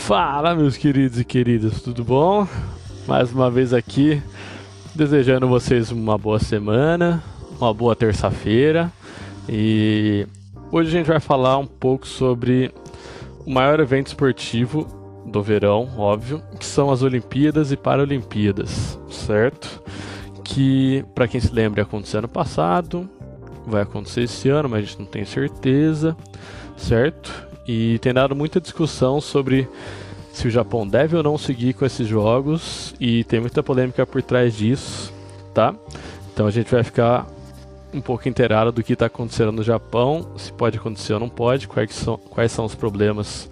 Fala, meus queridos e queridas, tudo bom? Mais uma vez aqui, desejando vocês uma boa semana, uma boa terça-feira. E hoje a gente vai falar um pouco sobre o maior evento esportivo do verão, óbvio, que são as Olimpíadas e Paralimpíadas, certo? Que, para quem se lembra, aconteceu ano passado, vai acontecer esse ano, mas a gente não tem certeza, certo? E tem dado muita discussão sobre se o Japão deve ou não seguir com esses jogos, e tem muita polêmica por trás disso, tá? Então a gente vai ficar um pouco inteirado do que está acontecendo no Japão, se pode acontecer ou não pode, quais são os problemas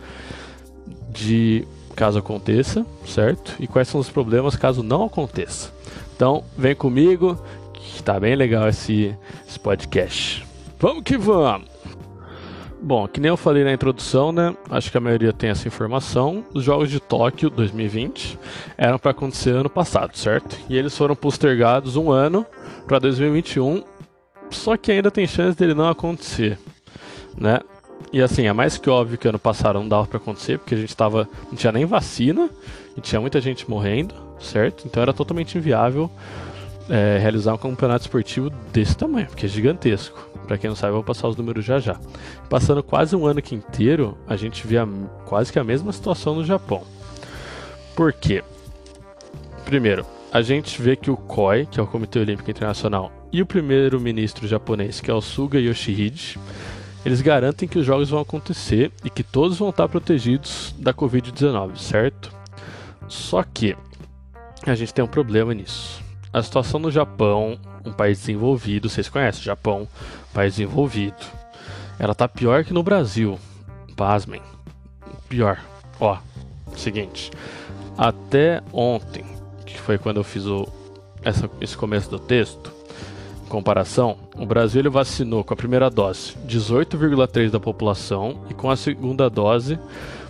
de caso aconteça, certo? E quais são os problemas caso não aconteça. Então vem comigo, que tá bem legal esse podcast. Vamos que vamos! Bom, que nem eu falei na introdução, né? Acho que a maioria tem essa informação. Os Jogos de Tóquio 2020 eram para acontecer ano passado, certo? E eles foram postergados um ano para 2021, só que ainda tem chance dele não acontecer, né? E assim, é mais que óbvio que ano passado não dava para acontecer, porque a gente não tinha nem vacina e tinha muita gente morrendo, certo? Então era totalmente inviável realizar um campeonato esportivo desse tamanho, porque é gigantesco. Pra quem não sabe, eu vou passar os números já. Passando quase um ano aqui inteiro, a gente via quase que a mesma situação no Japão. Por quê? Primeiro, a gente vê que o COI, que é o Comitê Olímpico Internacional, e o primeiro-ministro japonês, que é o Suga Yoshihide, eles garantem que os jogos vão acontecer e que todos vão estar protegidos da Covid-19, certo? Só que a gente tem um problema nisso. A situação no Japão, um país desenvolvido, vocês conhecem o Japão, país desenvolvido, ela tá pior que no Brasil. Pasmem. Pior. Ó, seguinte. Até ontem, que foi quando eu fiz esse começo do texto, em comparação, o Brasil ele vacinou com a primeira dose 18,3% da população e com a segunda dose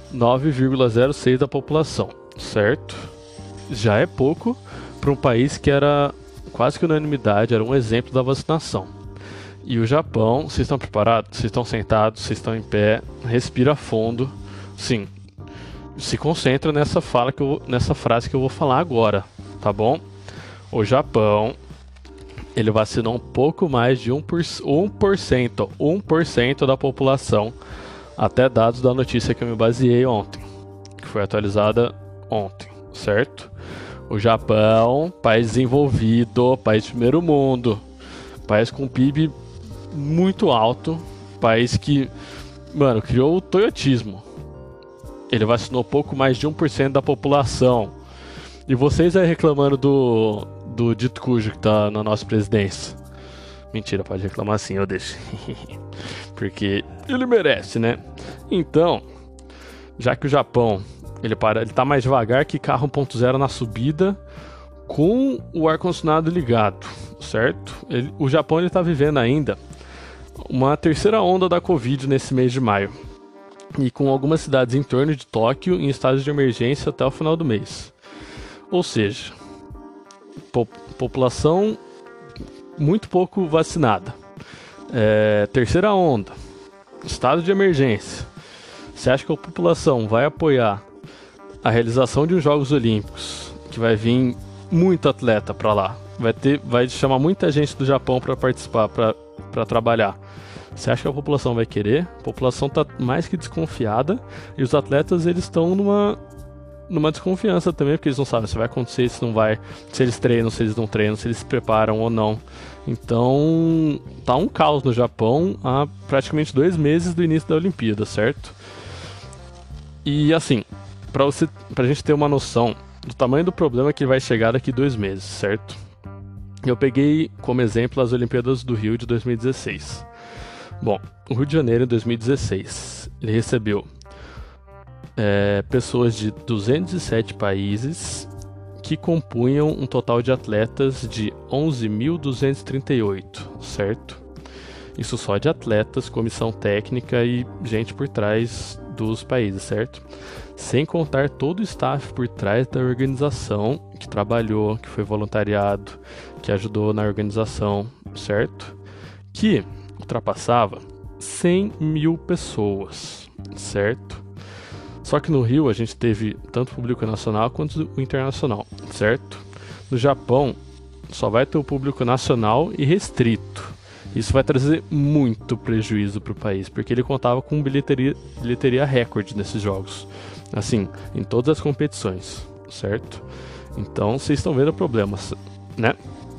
9,06% da população, certo? Já é pouco para um país que era quase que unanimidade, era um exemplo da vacinação. E o Japão, vocês estão preparados? Vocês estão sentados? Vocês estão em pé? Respira fundo. Sim, se concentra nessa frase que eu vou falar agora, tá bom? O Japão, ele vacinou um pouco mais de 1% da população, até dados da notícia que eu me baseei ontem, que foi atualizada ontem, certo? O Japão, país desenvolvido, país de primeiro mundo, país com PIB muito alto, país que, criou o toyotismo. Ele vacinou pouco mais de 1% da população. E vocês aí reclamando do dito cujo que tá na nossa presidência. Mentira, pode reclamar sim, eu deixo. Porque ele merece, né? Então, já que o Japão ele tá mais devagar que carro 1.0 na subida com o ar-condicionado ligado, certo? O Japão ele tá vivendo ainda uma terceira onda da Covid nesse mês de maio. E com algumas cidades em torno de Tóquio em estado de emergência até o final do mês. Ou seja, população muito pouco vacinada. Terceira onda, estado de emergência. Você acha que a população vai apoiar a realização de uns Jogos Olímpicos, que vai vir muito atleta para lá, vai chamar muita gente do Japão para participar, para trabalhar? Você acha que a população vai querer? A população tá mais que desconfiada e os atletas eles estão numa desconfiança também, porque eles não sabem se vai acontecer, se não vai, se eles treinam, se eles não treinam, se eles se preparam ou não. Então tá um caos no Japão há praticamente 2 meses do início da Olimpíada, certo? E assim, pra gente ter uma noção do tamanho do problema que vai chegar daqui 2 meses, certo? Eu peguei como exemplo as Olimpíadas do Rio de 2016. Bom, o Rio de Janeiro em 2016, ele recebeu pessoas de 207 países que compunham um total de atletas de 11.238, certo? Isso só de atletas, comissão técnica e gente por trás dos países, certo? Sem contar todo o staff por trás da organização que trabalhou, que foi voluntariado, que ajudou na organização, certo? Que ultrapassava 100 mil pessoas, certo? Só que no Rio a gente teve tanto o público nacional quanto o internacional, certo? No Japão só vai ter o público nacional e restrito. Isso vai trazer muito prejuízo para o país, porque ele contava com bilheteria recorde nesses jogos. Assim, em todas as competições, certo? Então vocês estão vendo o problema, né?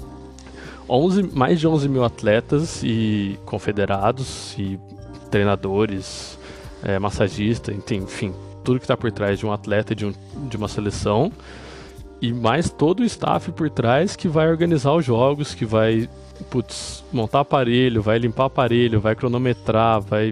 Mais de 11 mil atletas e confederados e treinadores, massagistas, enfim, tudo que está por trás de um atleta de uma seleção, e mais todo o staff por trás que vai organizar os jogos, que vai montar aparelho, vai limpar aparelho, vai cronometrar, vai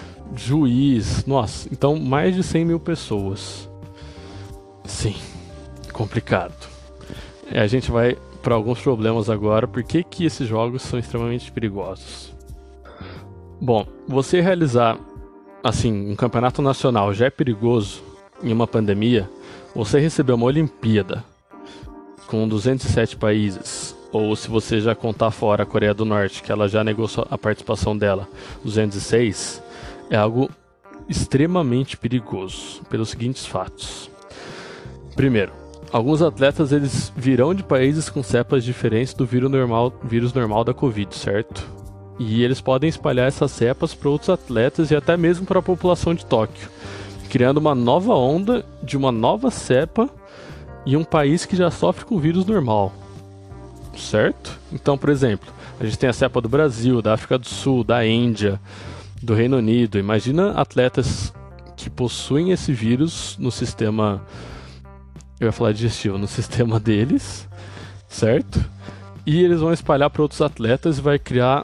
juiz, nossa, então mais de 100 mil pessoas. Sim, complicado. A gente vai para alguns problemas agora. Por que esses jogos são extremamente perigosos? Bom, você realizar assim um campeonato nacional já é perigoso em uma pandemia. Você receber uma Olimpíada com 207 países, ou se você já contar fora a Coreia do Norte, que ela já negociou a participação dela, 206, é algo extremamente perigoso pelos seguintes fatos. Primeiro, alguns atletas eles virão de países com cepas diferentes do vírus normal da Covid, certo? E eles podem espalhar essas cepas para outros atletas e até mesmo para a população de Tóquio, criando uma nova onda de uma nova cepa em um país que já sofre com o vírus normal, certo? Então, por exemplo, a gente tem a cepa do Brasil, da África do Sul, da Índia, do Reino Unido. Imagina atletas que possuem esse vírus no sistema, eu ia falar digestivo, no sistema deles, certo? E eles vão espalhar para outros atletas e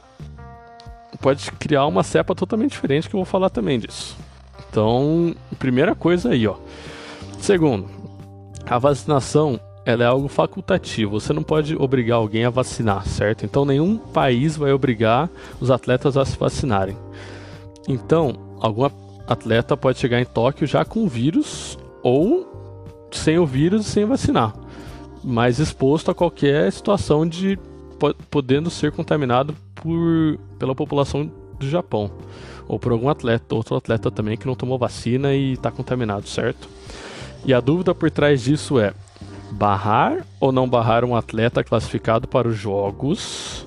pode criar uma cepa totalmente diferente, que eu vou falar também disso. Então, primeira coisa aí, ó. Segundo, a vacinação, ela é algo facultativo. Você não pode obrigar alguém a vacinar, certo? Então, nenhum país vai obrigar os atletas a se vacinarem. Então, algum atleta pode chegar em Tóquio já com o vírus ou sem o vírus e sem vacinar, mas exposto a qualquer situação de podendo ser contaminado pela população do Japão, ou por algum outro atleta também que não tomou vacina e está contaminado, certo? E a dúvida por trás disso é barrar ou não barrar um atleta classificado para os jogos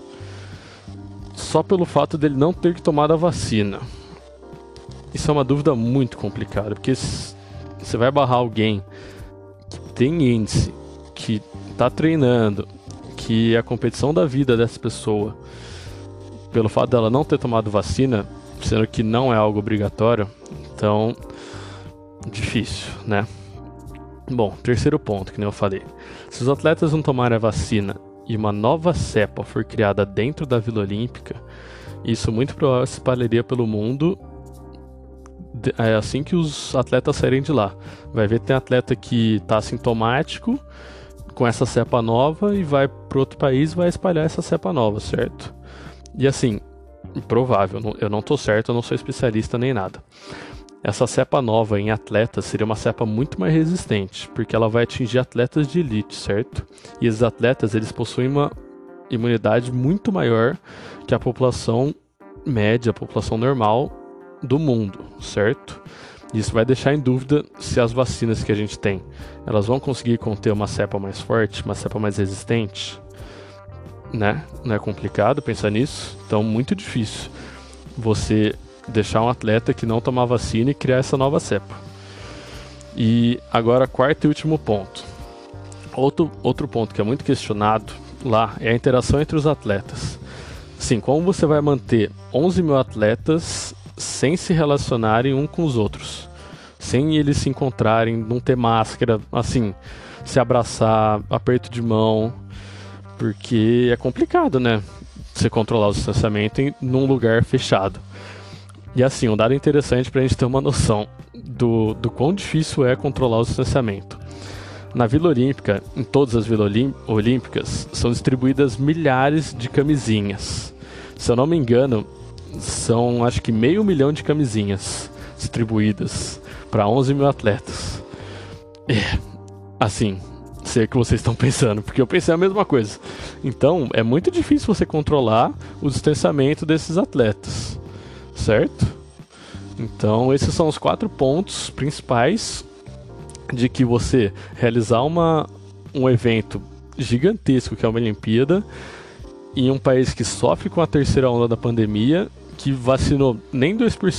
só pelo fato dele não ter tomado a vacina. Isso é uma dúvida muito complicada, porque você vai barrar alguém que tem índice, que está treinando, que é a competição da vida dessa pessoa, pelo fato dela não ter tomado vacina, sendo que não é algo obrigatório. Então, difícil, né? Bom, terceiro ponto, que nem eu falei. Se os atletas não tomarem a vacina e uma nova cepa for criada dentro da Vila Olímpica, isso muito provavelmente se espalharia pelo mundo assim que os atletas saírem de lá. Vai ver que tem atleta que está assintomático com essa cepa nova e vai para outro país e vai espalhar essa cepa nova, certo? E assim, provável, eu não estou certo, eu não sou especialista nem nada. Essa cepa nova em atletas seria uma cepa muito mais resistente, porque ela vai atingir atletas de elite, certo? E esses atletas, eles possuem uma imunidade muito maior que a população média, a população normal do mundo, certo? Isso vai deixar em dúvida se as vacinas que a gente tem, elas vão conseguir conter uma cepa mais forte, uma cepa mais resistente, né? Não é complicado pensar nisso? Então, muito difícil você deixar um atleta que não tomar vacina e criar essa nova cepa. E agora, quarto e último ponto. Outro ponto que é muito questionado lá é a interação entre os atletas. Sim, como você vai manter 11 mil atletas sem se relacionarem um com os outros, sem eles se encontrarem, não ter máscara, assim, se abraçar, aperto de mão, porque é complicado, né? Você controlar o distanciamento num lugar fechado. E assim, um dado interessante para a gente ter uma noção do quão difícil é controlar o distanciamento. Na Vila Olímpica, em todas as Vilas Olímpicas, são distribuídas milhares de camisinhas. Se eu não me engano, são acho que 500 mil de camisinhas distribuídas para 11 mil atletas. Assim, sei o que vocês estão pensando, porque eu pensei a mesma coisa. Então, é muito difícil você controlar o distanciamento desses atletas, certo? Então esses são os 4 pontos principais de que você realizar um evento gigantesco que é uma Olimpíada em um país que sofre com a terceira onda da pandemia, que vacinou nem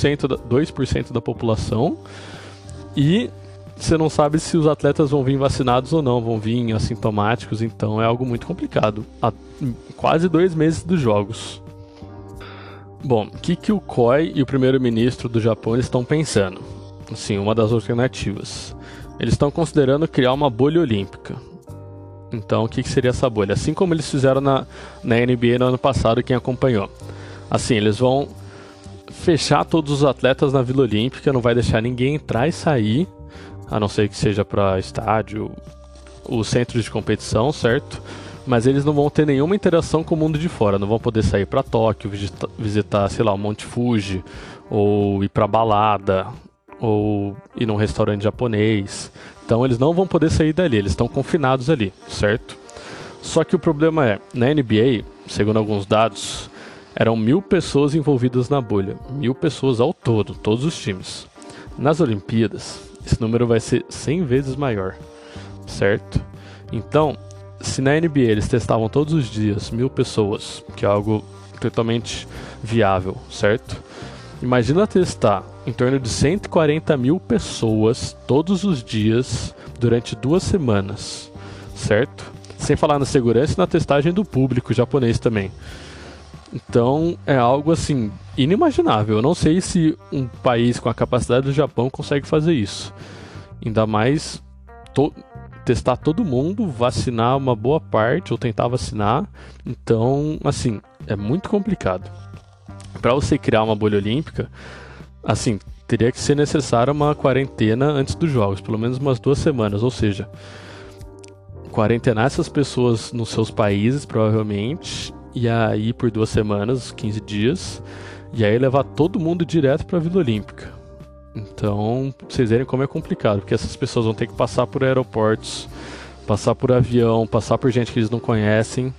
2% da população, e você não sabe se os atletas vão vir vacinados ou não, vão vir assintomáticos, então é algo muito complicado. Há quase 2 meses dos jogos. Bom, o que o COI e o primeiro-ministro do Japão estão pensando? Assim, uma das alternativas. Eles estão considerando criar uma bolha olímpica. Então, o que seria essa bolha? Assim como eles fizeram na NBA no ano passado, quem acompanhou. Assim, eles vão fechar todos os atletas na Vila Olímpica, não vai deixar ninguém entrar e sair, a não ser que seja para estádio, o centro de competição, certo? Mas eles não vão ter nenhuma interação com o mundo de fora, não vão poder sair para Tóquio, visitar, sei lá, o Monte Fuji, ou ir para balada, ou ir num restaurante japonês. Então eles não vão poder sair dali, eles estão confinados ali, certo? Só que o problema é, na NBA, segundo alguns dados, eram 1.000 pessoas envolvidas na bolha. 1.000 pessoas ao todo, todos os times. Nas Olimpíadas, esse número vai ser 100 vezes maior, certo? Então, se na NBA eles testavam todos os dias 1.000 pessoas, que é algo totalmente viável, certo? Imagina testar em torno de 140.000 pessoas todos os dias durante 2 semanas, certo? Sem falar na segurança e na testagem do público japonês também. Então é algo assim inimaginável. Eu não sei se um país com a capacidade do Japão consegue fazer isso. Ainda mais testar todo mundo, vacinar uma boa parte ou tentar vacinar. Então, assim, é muito complicado. Para você criar uma bolha olímpica, assim, teria que ser necessária uma quarentena antes dos jogos, pelo menos umas 2 semanas, ou seja, quarentenar essas pessoas nos seus países, provavelmente, e aí por 2 semanas, 15 dias, e aí levar todo mundo direto para a Vila Olímpica. Então, pra vocês verem como é complicado, porque essas pessoas vão ter que passar por aeroportos, passar por avião, passar por gente que eles não conhecem.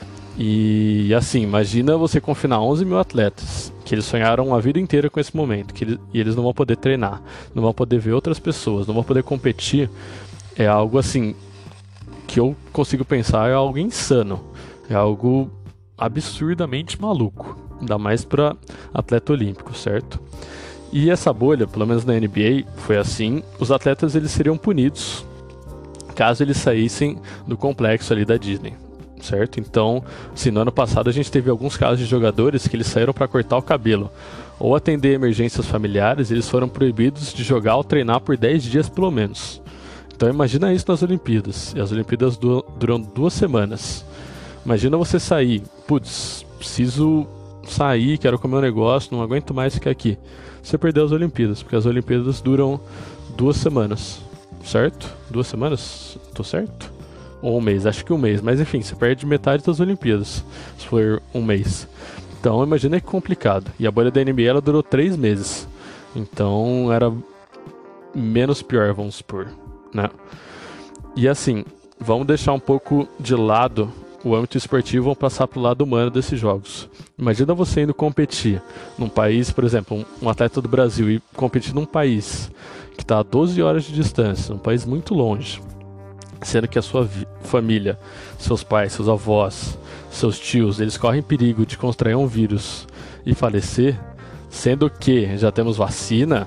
E assim, imagina você confinar 11.000 atletas, que eles sonharam a vida inteira com esse momento, e eles não vão poder treinar, não vão poder ver outras pessoas, não vão poder competir. É algo assim, que eu consigo pensar, é algo insano, é algo absurdamente maluco, ainda mais para atleta olímpico, certo? E essa bolha, pelo menos na NBA, foi assim, os atletas eles seriam punidos caso eles saíssem do complexo ali da Disney, certo? Então, assim, no ano passado a gente teve alguns casos de jogadores que eles saíram para cortar o cabelo ou atender emergências familiares, eles foram proibidos de jogar ou treinar por 10 dias pelo menos. Então imagina isso nas Olimpíadas, e as Olimpíadas duram 2 semanas. Imagina você sair, putz, preciso sair, quero comer um negócio, não aguento mais ficar aqui. Você perdeu as Olimpíadas, porque as Olimpíadas duram 2 semanas, certo? 2 semanas? Tô certo? Ou 1 mês, acho que 1 mês, mas enfim, você perde metade das Olimpíadas, se for 1 mês. Então imagina que complicado. E a bolha da NBA ela durou 3 meses, então era menos pior, vamos supor, né? E assim, vamos deixar um pouco de lado o âmbito esportivo, vamos passar para o lado humano desses jogos. Imagina você indo competir num país, por exemplo, um atleta do Brasil e competir num país que está a 12 horas de distância, um país muito longe, sendo que a sua família, seus pais, seus avós, seus tios, eles correm perigo de contrair um vírus e falecer, sendo que já temos vacina.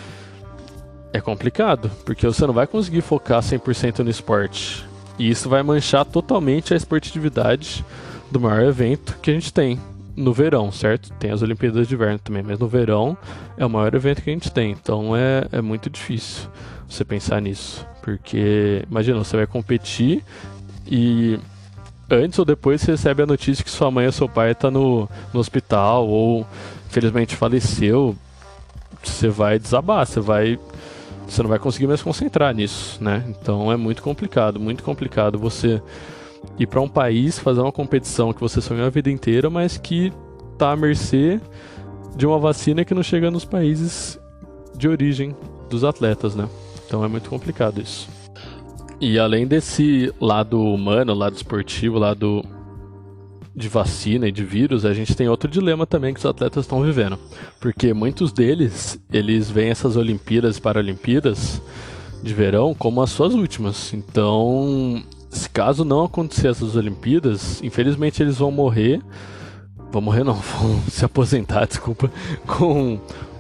É complicado, porque você não vai conseguir focar 100% no esporte. E isso vai manchar totalmente a esportividade do maior evento que a gente tem no verão, certo? Tem as Olimpíadas de Inverno também, mas no verão é o maior evento que a gente tem. Então é muito difícil você pensar nisso. Porque, imagina, você vai competir e antes ou depois você recebe a notícia que sua mãe ou seu pai está no hospital ou infelizmente faleceu. Você vai desabar, você não vai conseguir mais concentrar nisso, né? Então é muito complicado você ir para um país, fazer uma competição que você sonhou a vida inteira, mas que tá à mercê de uma vacina que não chega nos países de origem dos atletas, né? Então é muito complicado isso. E além desse lado humano, lado esportivo, lado de vacina e de vírus, a gente tem outro dilema também que os atletas estão vivendo. Porque muitos deles, eles veem essas Olimpíadas e Paralimpíadas de verão como as suas últimas. Então, se caso não acontecer essas Olimpíadas, infelizmente eles vão morrer. Vão morrer não, vão se aposentar, desculpa, com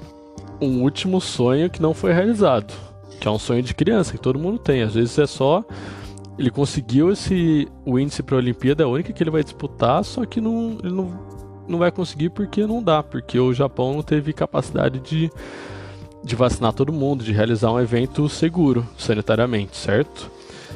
um último sonho que não foi realizado. Que é um sonho de criança, que todo mundo tem. Às vezes é só... Ele conseguiu o índice para a Olimpíada, é a única que ele vai disputar, só que ele não vai conseguir porque não dá, porque o Japão não teve capacidade de vacinar todo mundo, de realizar um evento seguro, sanitariamente, certo?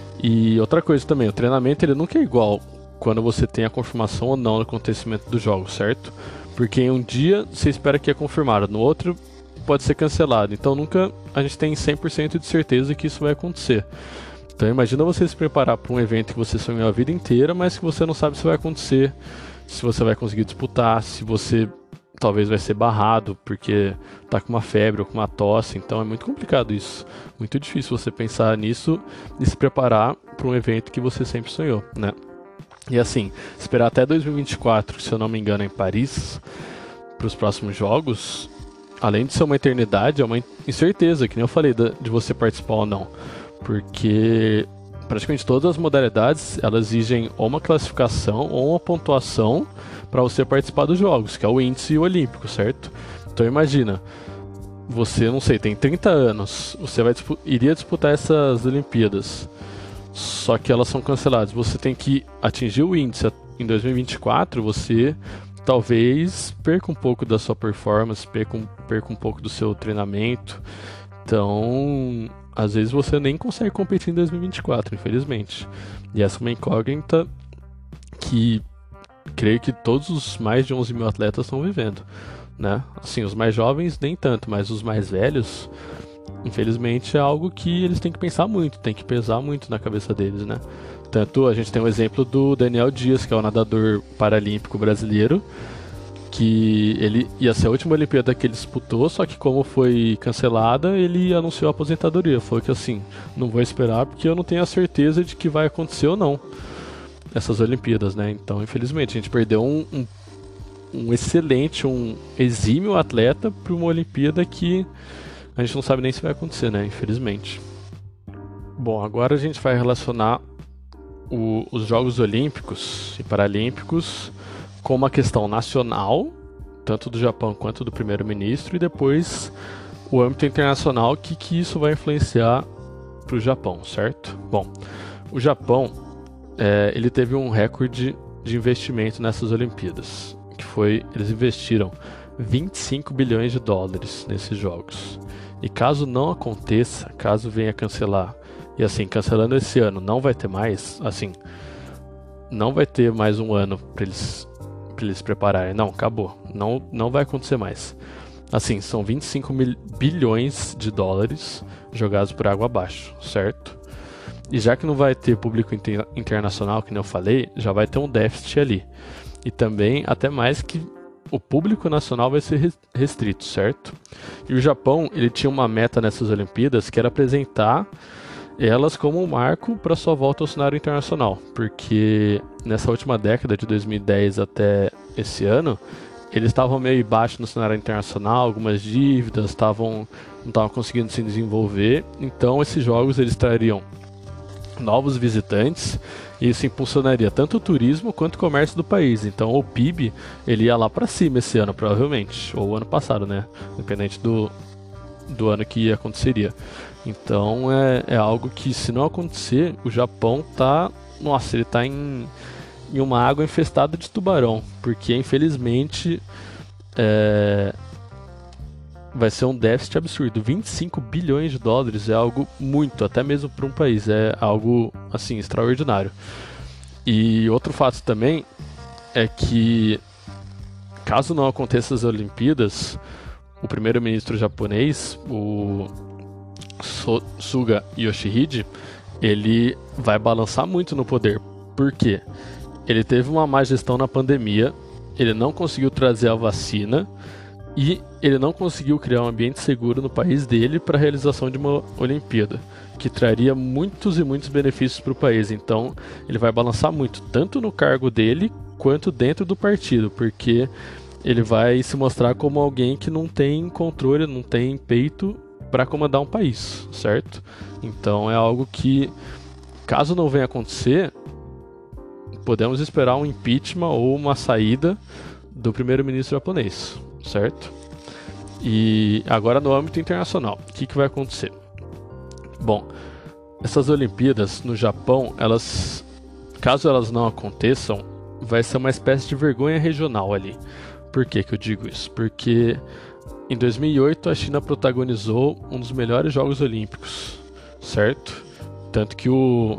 E outra coisa também, o treinamento ele nunca é igual quando você tem a confirmação ou não no acontecimento do jogo, certo? Porque em um dia você espera que é confirmado, no outro pode ser cancelado, então nunca a gente tem 100% de certeza que isso vai acontecer. Então imagina você se preparar para um evento que você sonhou a vida inteira, mas que você não sabe se vai acontecer, se você vai conseguir disputar, se você talvez vai ser barrado porque tá com uma febre ou com uma tosse. Então é muito complicado isso, muito difícil você pensar nisso e se preparar para um evento que você sempre sonhou, né? E assim, esperar até 2024, se eu não me engano, em Paris, para os próximos jogos, além de ser uma eternidade, é uma incerteza, que nem eu falei, de você participar ou não. Porque praticamente todas as modalidades elas exigem ou uma classificação ou uma pontuação para você participar dos jogos, que é o índice olímpico, certo? Então imagina, você, não sei, tem 30 anos, você iria disputar essas Olimpíadas, só que elas são canceladas. Você tem que atingir o índice em 2024, você talvez perca um pouco da sua performance, perca um pouco do seu treinamento. Então, às vezes você nem consegue competir em 2024, infelizmente. E essa é uma incógnita que creio que todos os mais de 11 mil atletas estão vivendo, né? Assim, os mais jovens nem tanto, mas os mais velhos, infelizmente é algo que eles têm que pensar muito, tem que pesar muito na cabeça deles, né? Tanto a gente tem o exemplo do Daniel Dias, que é o nadador paralímpico brasileiro, que ele ia ser a última Olimpíada que ele disputou, só que como foi cancelada, ele anunciou a aposentadoria. Foi que assim, não vou esperar porque eu não tenho a certeza de que vai acontecer ou não essas Olimpíadas, né? Então, infelizmente, a gente perdeu um excelente, um exímio atleta para uma Olimpíada que a gente não sabe nem se vai acontecer, né? Infelizmente. Bom, agora a gente vai relacionar os Jogos Olímpicos e Paralímpicos com uma questão nacional, tanto do Japão quanto do primeiro-ministro, e depois o âmbito internacional, que isso vai influenciar para o Japão, certo? Bom, o Japão, ele teve um recorde de investimento nessas Olimpíadas, que foi, eles investiram 25 bilhões de dólares nesses jogos. E caso não aconteça, caso venha cancelar, e assim, cancelando esse ano, não vai ter mais, assim, não vai ter mais um ano para eles se prepararem. Não, acabou. Não vai acontecer mais. Assim, são 25 bilhões de dólares jogados por água abaixo, certo? E já que não vai ter público internacional, que nem eu falei, já vai ter um déficit ali. E também, até mais que o público nacional vai ser restrito, certo? E o Japão, ele tinha uma meta nessas Olimpíadas que era apresentar elas como um marco para sua volta ao cenário internacional, porque nessa última década, de 2010 até esse ano, eles estavam meio baixo no cenário internacional, algumas dívidas, não estavam conseguindo se desenvolver, então esses jogos eles trariam novos visitantes e isso impulsionaria tanto o turismo quanto o comércio do país. Então o PIB ele ia lá para cima esse ano, provavelmente, ou ano passado, né? Independente do ano que aconteceria. Então é algo que, se não acontecer, o Japão ele tá em uma água infestada de tubarão, porque infelizmente vai ser um déficit absurdo. 25 bilhões de dólares é algo muito, até mesmo para um país, é algo assim extraordinário. E outro fato também é que, caso não aconteça as Olimpíadas, o primeiro-ministro japonês, o Suga Yoshihide, ele vai balançar muito no poder. Por quê? Ele teve uma má gestão na pandemia, ele não conseguiu trazer a vacina e ele não conseguiu criar um ambiente seguro no país dele para a realização de uma Olimpíada, que traria muitos e muitos benefícios para o país. Então ele vai balançar muito, tanto no cargo dele quanto dentro do partido, porque ele vai se mostrar como alguém que não tem controle, não tem peito para comandar um país, certo? Então é algo que, caso não venha acontecer, podemos esperar um impeachment ou uma saída do primeiro-ministro japonês, certo? E agora no âmbito internacional, o que vai acontecer? Bom, essas Olimpíadas no Japão, caso elas não aconteçam, vai ser uma espécie de vergonha regional ali. Por que eu digo isso? Porque em 2008 a China protagonizou um dos melhores Jogos Olímpicos, certo? Tanto que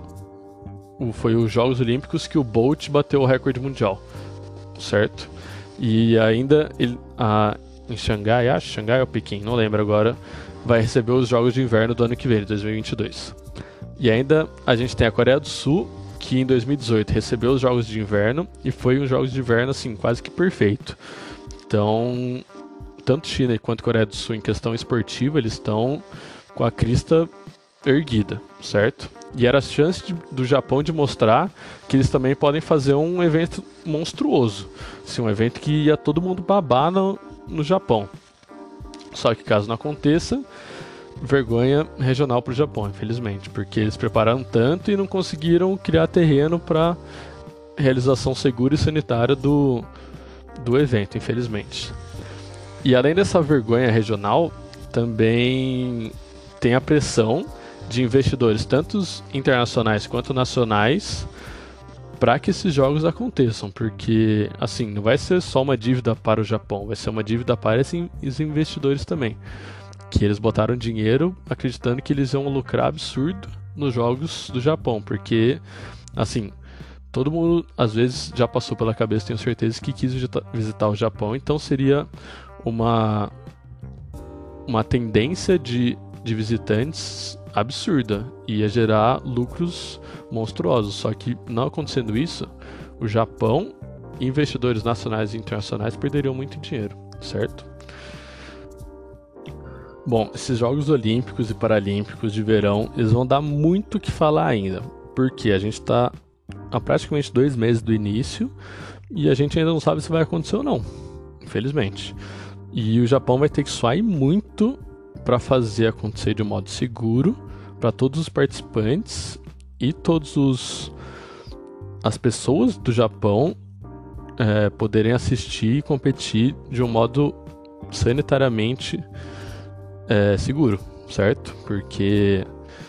foi os Jogos Olímpicos que o Bolt bateu o recorde mundial, certo? E ainda em Xangai, Xangai ou Pequim, não lembro agora, vai receber os Jogos de Inverno do ano que vem, 2022. E ainda a gente tem a Coreia do Sul, que em 2018 recebeu os Jogos de Inverno e foi um Jogos de Inverno assim, quase que perfeito. Então, tanto China quanto Coreia do Sul em questão esportiva, eles estão com a crista erguida, certo? E era a chance do Japão de mostrar que eles também podem fazer um evento monstruoso, assim, um evento que ia todo mundo babar no Japão. Só que caso não aconteça, vergonha regional para o Japão, infelizmente, porque eles prepararam tanto e não conseguiram criar terreno para realização segura e sanitária do evento, infelizmente. E além dessa vergonha regional, também tem a pressão de investidores, tanto internacionais quanto nacionais, para que esses jogos aconteçam, porque assim, não vai ser só uma dívida para o Japão, vai ser uma dívida para esses investidores também, que eles botaram dinheiro acreditando que eles iam lucrar absurdo nos jogos do Japão, porque assim, todo mundo às vezes já passou pela cabeça, tenho certeza, que quis visitar o Japão, então seria uma tendência de visitantes absurda, ia gerar lucros monstruosos. Só que não acontecendo isso, o Japão, investidores nacionais e internacionais perderiam muito dinheiro, certo? Bom, esses Jogos Olímpicos e Paralímpicos de verão, eles vão dar muito o que falar ainda, porque a gente está há praticamente 2 meses do início e a gente ainda não sabe se vai acontecer ou não, infelizmente. E o Japão vai ter que suar muito para fazer acontecer de um modo seguro para todos os participantes e as pessoas do Japão poderem assistir e competir de um modo sanitariamente seguro, certo? Porque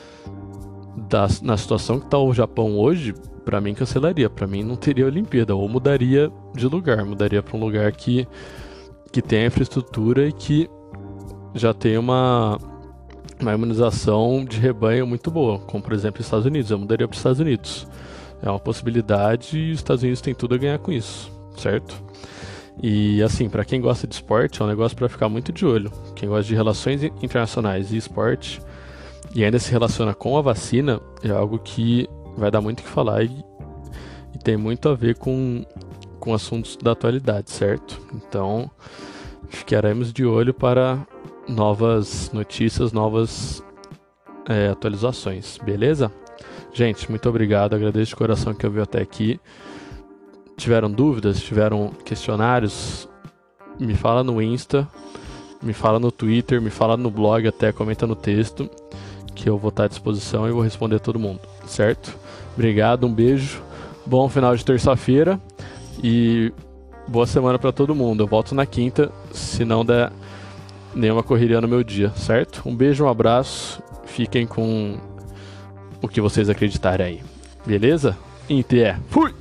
na situação que está o Japão hoje, para mim cancelaria, para mim não teria Olimpíada, ou mudaria de lugar, mudaria para um lugar que tem a infraestrutura e que já tem uma imunização de rebanho muito boa, como por exemplo os Estados Unidos. Eu mudaria para os Estados Unidos. É uma possibilidade e os Estados Unidos têm tudo a ganhar com isso, certo? E assim, para quem gosta de esporte, é um negócio para ficar muito de olho. Quem gosta de relações internacionais e esporte, e ainda se relaciona com a vacina, é algo que vai dar muito o que falar e tem muito a ver com assuntos da atualidade, certo? Então, ficaremos de olho para novas notícias, novas atualizações, beleza? Gente, muito obrigado, agradeço de coração que ouviu até aqui. Tiveram dúvidas, tiveram questionários, me fala no Insta, me fala no Twitter, me fala no blog até, comenta no texto, que eu vou estar à disposição e vou responder todo mundo, certo? Obrigado, um beijo, bom final de terça-feira e boa semana para todo mundo. Eu volto na quinta, se não der nenhuma correria no meu dia, certo? Um beijo, um abraço, fiquem com o que vocês acreditarem aí, beleza? Fui!